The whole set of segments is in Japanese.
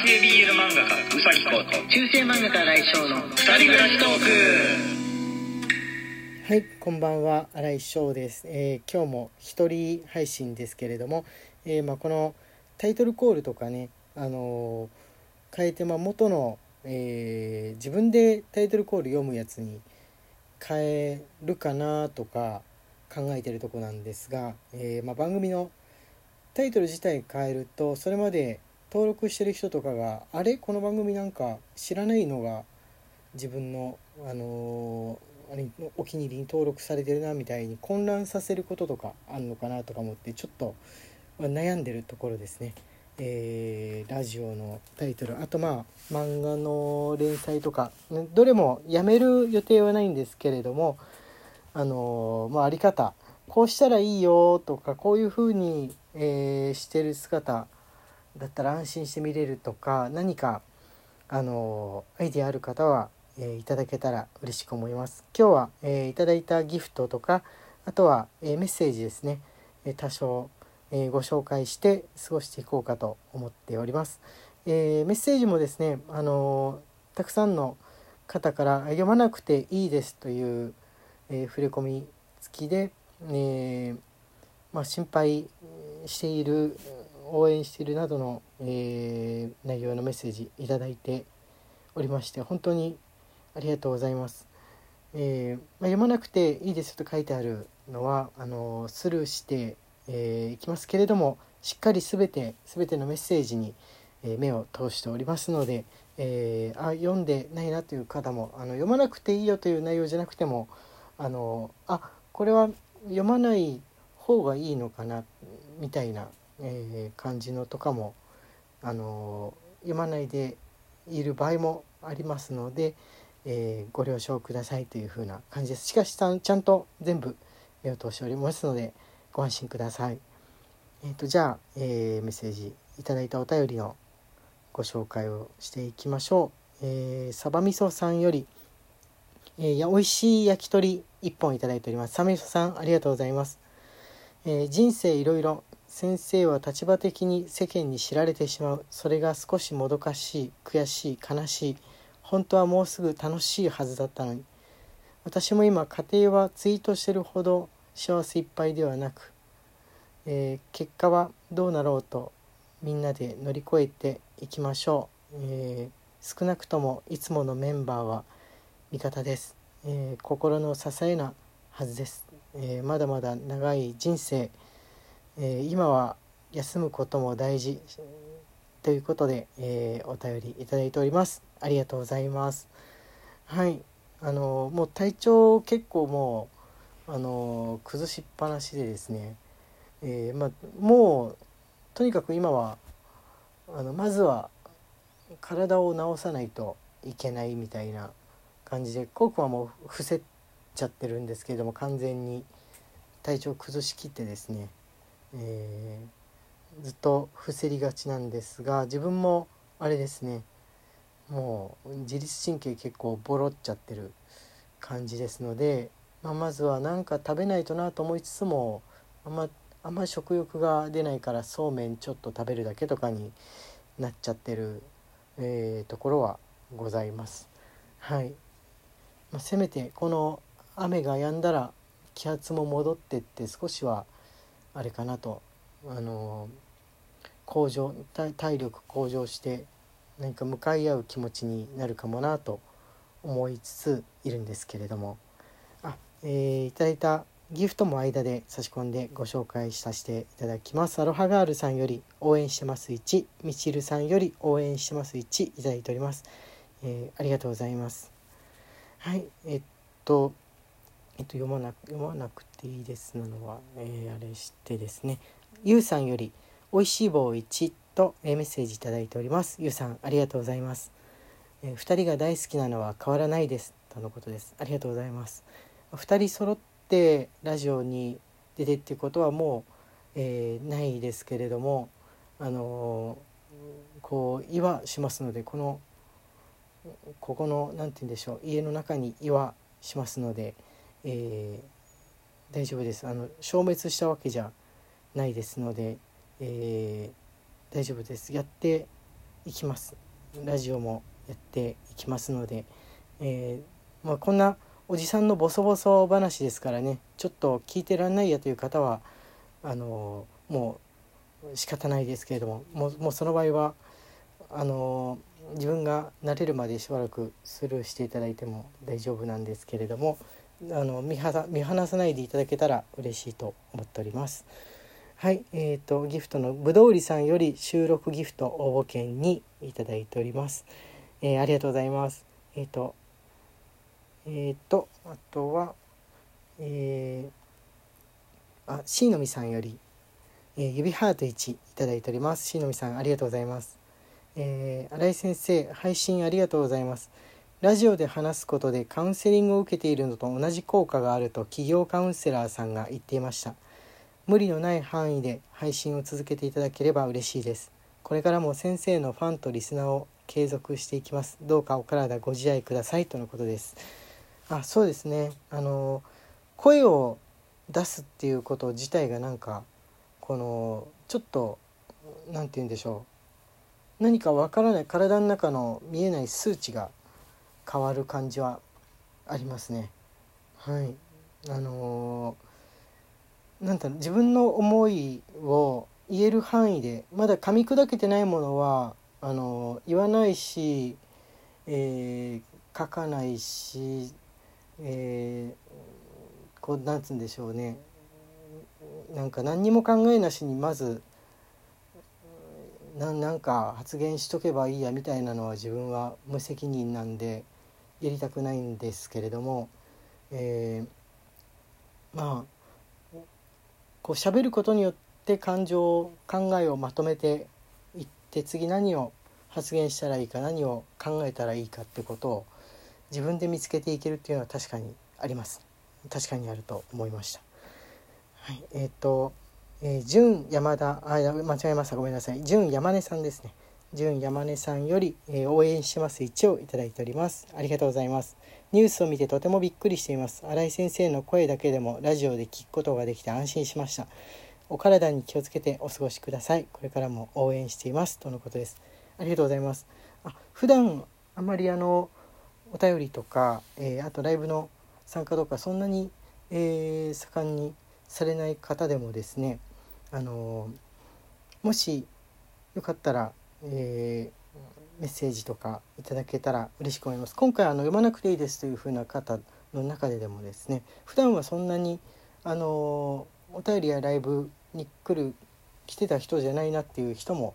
系 BL 漫画家うさぎこと中世漫画家来翔の二人暮らしトーク。 はい、こんばんは、新井翔です。今日も一人配信ですけれども、このタイトルコールとかね、変えて、元の、自分でタイトルコール読むやつに変えるかなとか考えてるとこなんですが、番組のタイトル自体変えると、それまで登録してる人とかがあれこの番組なんか知らないのが自分の、あれお気に入りに登録されてるなみたいに混乱させることとかあるのかなとか思ってちょっと悩んでるところですね。ラジオのタイトル、あと漫画の連載とかどれもやめる予定はないんですけれども、あり方こうしたらいいよとか、こういう風に、してる姿だったら安心して見れるとか、何かアイディアある方は、いただけたら嬉しく思います。今日は、いただいたギフトとか、あとは、メッセージですね、多少、ご紹介して過ごしていこうかと思っております。メッセージもですね、たくさんの方から読まなくていいですという、触れ込み付きで、心配している、応援しているなどの、内容のメッセージいただいておりまして、本当にありがとうございます。読まなくていいですと書いてあるのはスルーしていきますけれども、しっかり全てのメッセージに、目を通しておりますので、読んでないなという方も読まなくていいよという内容じゃなくてもこれは読まない方がいいのかなみたいな、感じのとかも読まないでいる場合もありますので、ご了承くださいという風な感じです。しかしちゃんと全部目を通しておりますのでご安心ください。じゃあ、メッセージいただいたお便りのご紹介をしていきましょう。サバみそさんより、美味しい焼き鳥1本いただいております。サバみそさんありがとうございます。人生いろいろ、先生は立場的に世間に知られてしまう。それが少しもどかしい、悔しい、悲しい。本当はもうすぐ楽しいはずだったのに。私も今家庭はツイートしてるほど幸せいっぱいではなく、結果はどうなろうとみんなで乗り越えていきましょう。少なくともいつものメンバーは味方です。心の支えなはずです。まだまだ長い人生、今は休むことも大事ということで、お便りいただいております。ありがとうございます。はい、もう体調結構もう崩しっぱなしでですね、もうとにかく今はまずは体を治さないといけないみたいな感じで、コウ君はもう伏せちゃってるんですけれども、完全に体調を崩しきってですね、ずっと伏せりがちなんですが、自分もあれですね、もう自律神経結構ボロっちゃってる感じですので、まずは何か食べないとなと思いつつも、あんま食欲が出ないからそうめんちょっと食べるだけとかになっちゃってる、ところはございます。はい、せめてこの雨が止んだら気圧も戻ってって少しはあれかなと、体力向上して何か向かい合う気持ちになるかもなと思いつついるんですけれども、いただいたギフトも間で差し込んでご紹介させていただきます。アロハガールさんより応援してます1、ミチルさんより応援してます1いただいております。ありがとうございます。はい、読まなくていいですなのは、あれしてですね、ゆうさんよりおいしい棒1と、メッセージいただいております。ゆうさんありがとうございます。2人が大好きなのは変わらないですとのことです。ありがとうございます。2人揃ってラジオに出てっていうことはもう、ないですけれども、こう岩しますので、ここのなんて言うんでしょう、家の中に岩しますので、大丈夫です。消滅したわけじゃないですので、大丈夫です。やっていきます。ラジオもやっていきますので、こんなおじさんのボソボソ話ですからね、ちょっと聞いてらんないやという方はもう仕方ないですけれども、もうその場合は自分が慣れるまでしばらくスルーしていただいても大丈夫なんですけれども、見放さないでいただけたら嬉しいと思っております。はい、ギフトのぶどうりさんより収録ギフト応募券にいただいております。ありがとうございます。あとは、しのみさんより、指ハート1いただいております。しのみさんありがとうございます。新井先生、配信ありがとうございます。ラジオで話すことでカウンセリングを受けているのと同じ効果があると企業カウンセラーさんが言っていました。無理のない範囲で配信を続けていただければ嬉しいです。これからも先生のファンとリスナーを継続していきます。どうかお体ご自愛くださいとのことです。そうですね。声を出すっていうこと自体がなんかちょっとなんて言うんでしょう。何かわからない体の中の見えない数値が変わる感じはありますね。はい。なんだろう、自分の思いを言える範囲でまだ噛み砕けてないものは言わないし、書かないし、なんつうんでしょうね、なんか何にも考えなしにまずなんか発言しとけばいいやみたいなのは自分は無責任なんでやりたくないんですけれども、喋ることによって考えをまとめていって、次何を発言したらいいか、何を考えたらいいかってことを自分で見つけていけるっていうのは確かにあります。確かにあると思いました。はい、純山田間違えました、ごめんなさい。純山根さんですね。純山根さんより、応援してます1をいただいております。ありがとうございます。ニュースを見てとてもびっくりしています。新井先生の声だけでもラジオで聞くことができて安心しました。お体に気をつけてお過ごしください。これからも応援していますとのことです。ありがとうございます。普段あまりお便りとか、あとライブの参加とかそんなに、盛んにされない方でもですね、もしよかったら、メッセージとかいただけたら嬉しく思います。今回読まなくていいですという風な方の中でもですね、普段はそんなにお便りやライブに来てた人じゃないなっていう人も、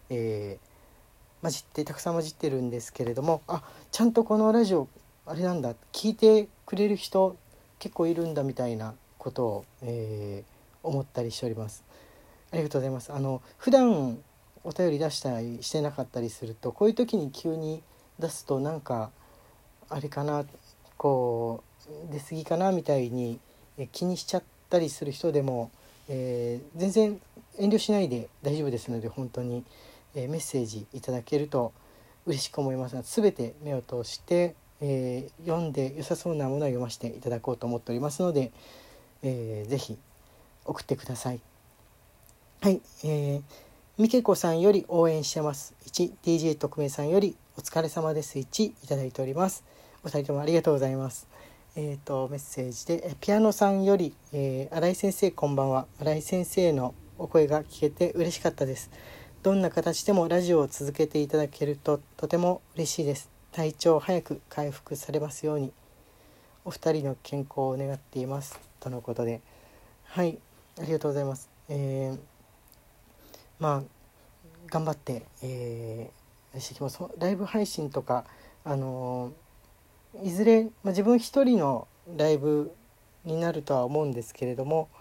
たくさん混じってるんですけれども、ちゃんとこのラジオあれなんだ、聞いてくれる人結構いるんだみたいなことを、思ったりしております。ありがとうございます。普段お便り出したりしてなかったりすると、こういう時に急に出すとなんかあれかな、出過ぎかなみたいに気にしちゃったりする人でも、全然遠慮しないで大丈夫ですので、本当に、メッセージいただけると嬉しく思いますので、全て目を通して、読んで良さそうなものは読ませていただこうと思っておりますので、ぜひ送ってください。はい、みけこさんより応援してます1、 DJ 特命さんよりお疲れ様です1いただいております。お二人ともありがとうございます。メッセージでピアノさんより、新井先生こんばんは。新井先生のお声が聞けて嬉しかったです。どんな形でもラジオを続けていただけるととても嬉しいです。体調早く回復されますように。お二人の健康を願っていますとのことで、はい、ありがとうございます。頑張って、ライブ配信とか、いずれ、自分一人のライブになるとは思うんですけれども、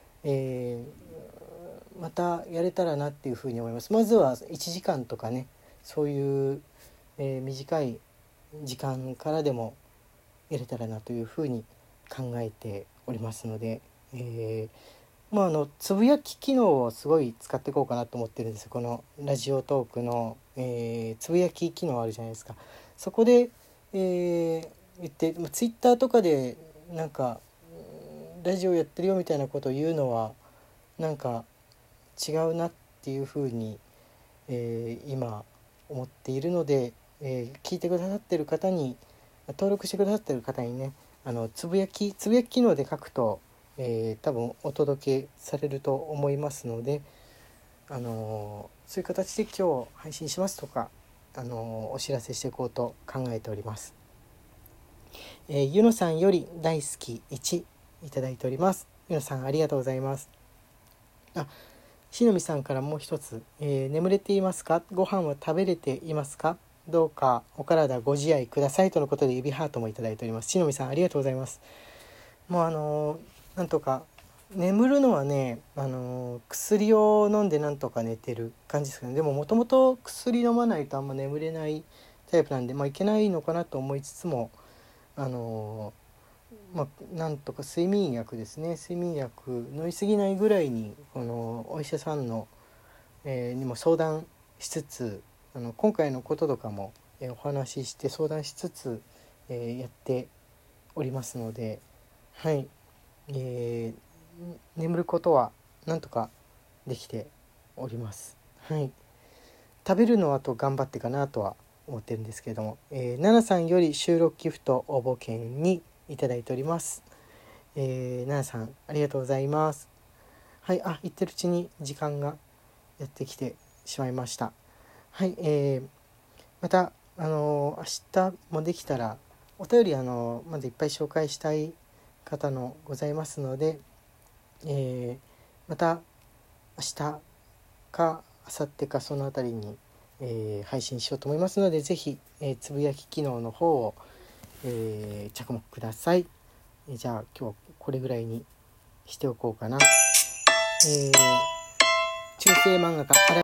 またやれたらなっていうふうに思います。まずは1時間とかね、そういう、短い時間からでもやれたらなというふうに考えておりますので、つぶやき機能をすごい使っていこうかなと思ってるんですよ。このラジオトークの、つぶやき機能あるじゃないですか。そこで、言ってツイッターとかでなんかラジオやってるよみたいなことを言うのはなんか違うなっていうふうに、今思っているので、聞いてくださっている方に、登録してくださっている方にね、つぶやき機能で書くと、多分お届けされると思いますので、そういう形で今日配信しますとか、お知らせしていこうと考えております。ゆのさんより大好き1いただいております。ゆのさんありがとうございます。しのみさんからもう一つ、眠れていますか？ご飯は食べれていますか？どうかお体ご自愛くださいとのことで指ハートもいただいております。しのみさんありがとうございます。もうなんとか眠るのはね、薬を飲んでなんとか寝てる感じですけど、でももともと薬飲まないとあんま眠れないタイプなんで、いけないのかなと思いつつも、なんとか睡眠薬ですね、睡眠薬飲みすぎないぐらいにお医者さんの、にも相談しつつ、今回のこととかも、お話しして相談しつつ、やっておりますので、はい、眠ることはなんとかできております。はい、食べるのはと頑張ってかなとは思ってるんですけれども、奈々さんより収録ギフト応募券にいただいております。奈々さんありがとうございます。はい、言ってるうちに時間がやってきてしまいました。はい、また明日もできたらお便りまずいっぱい紹介したい方のございますので、また明日か明後日かそのあたりに、配信しようと思いますので、ぜひ、つぶやき機能の方を、着目ください。じゃあ今日はこれぐらいにしておこうかな。中世漫画家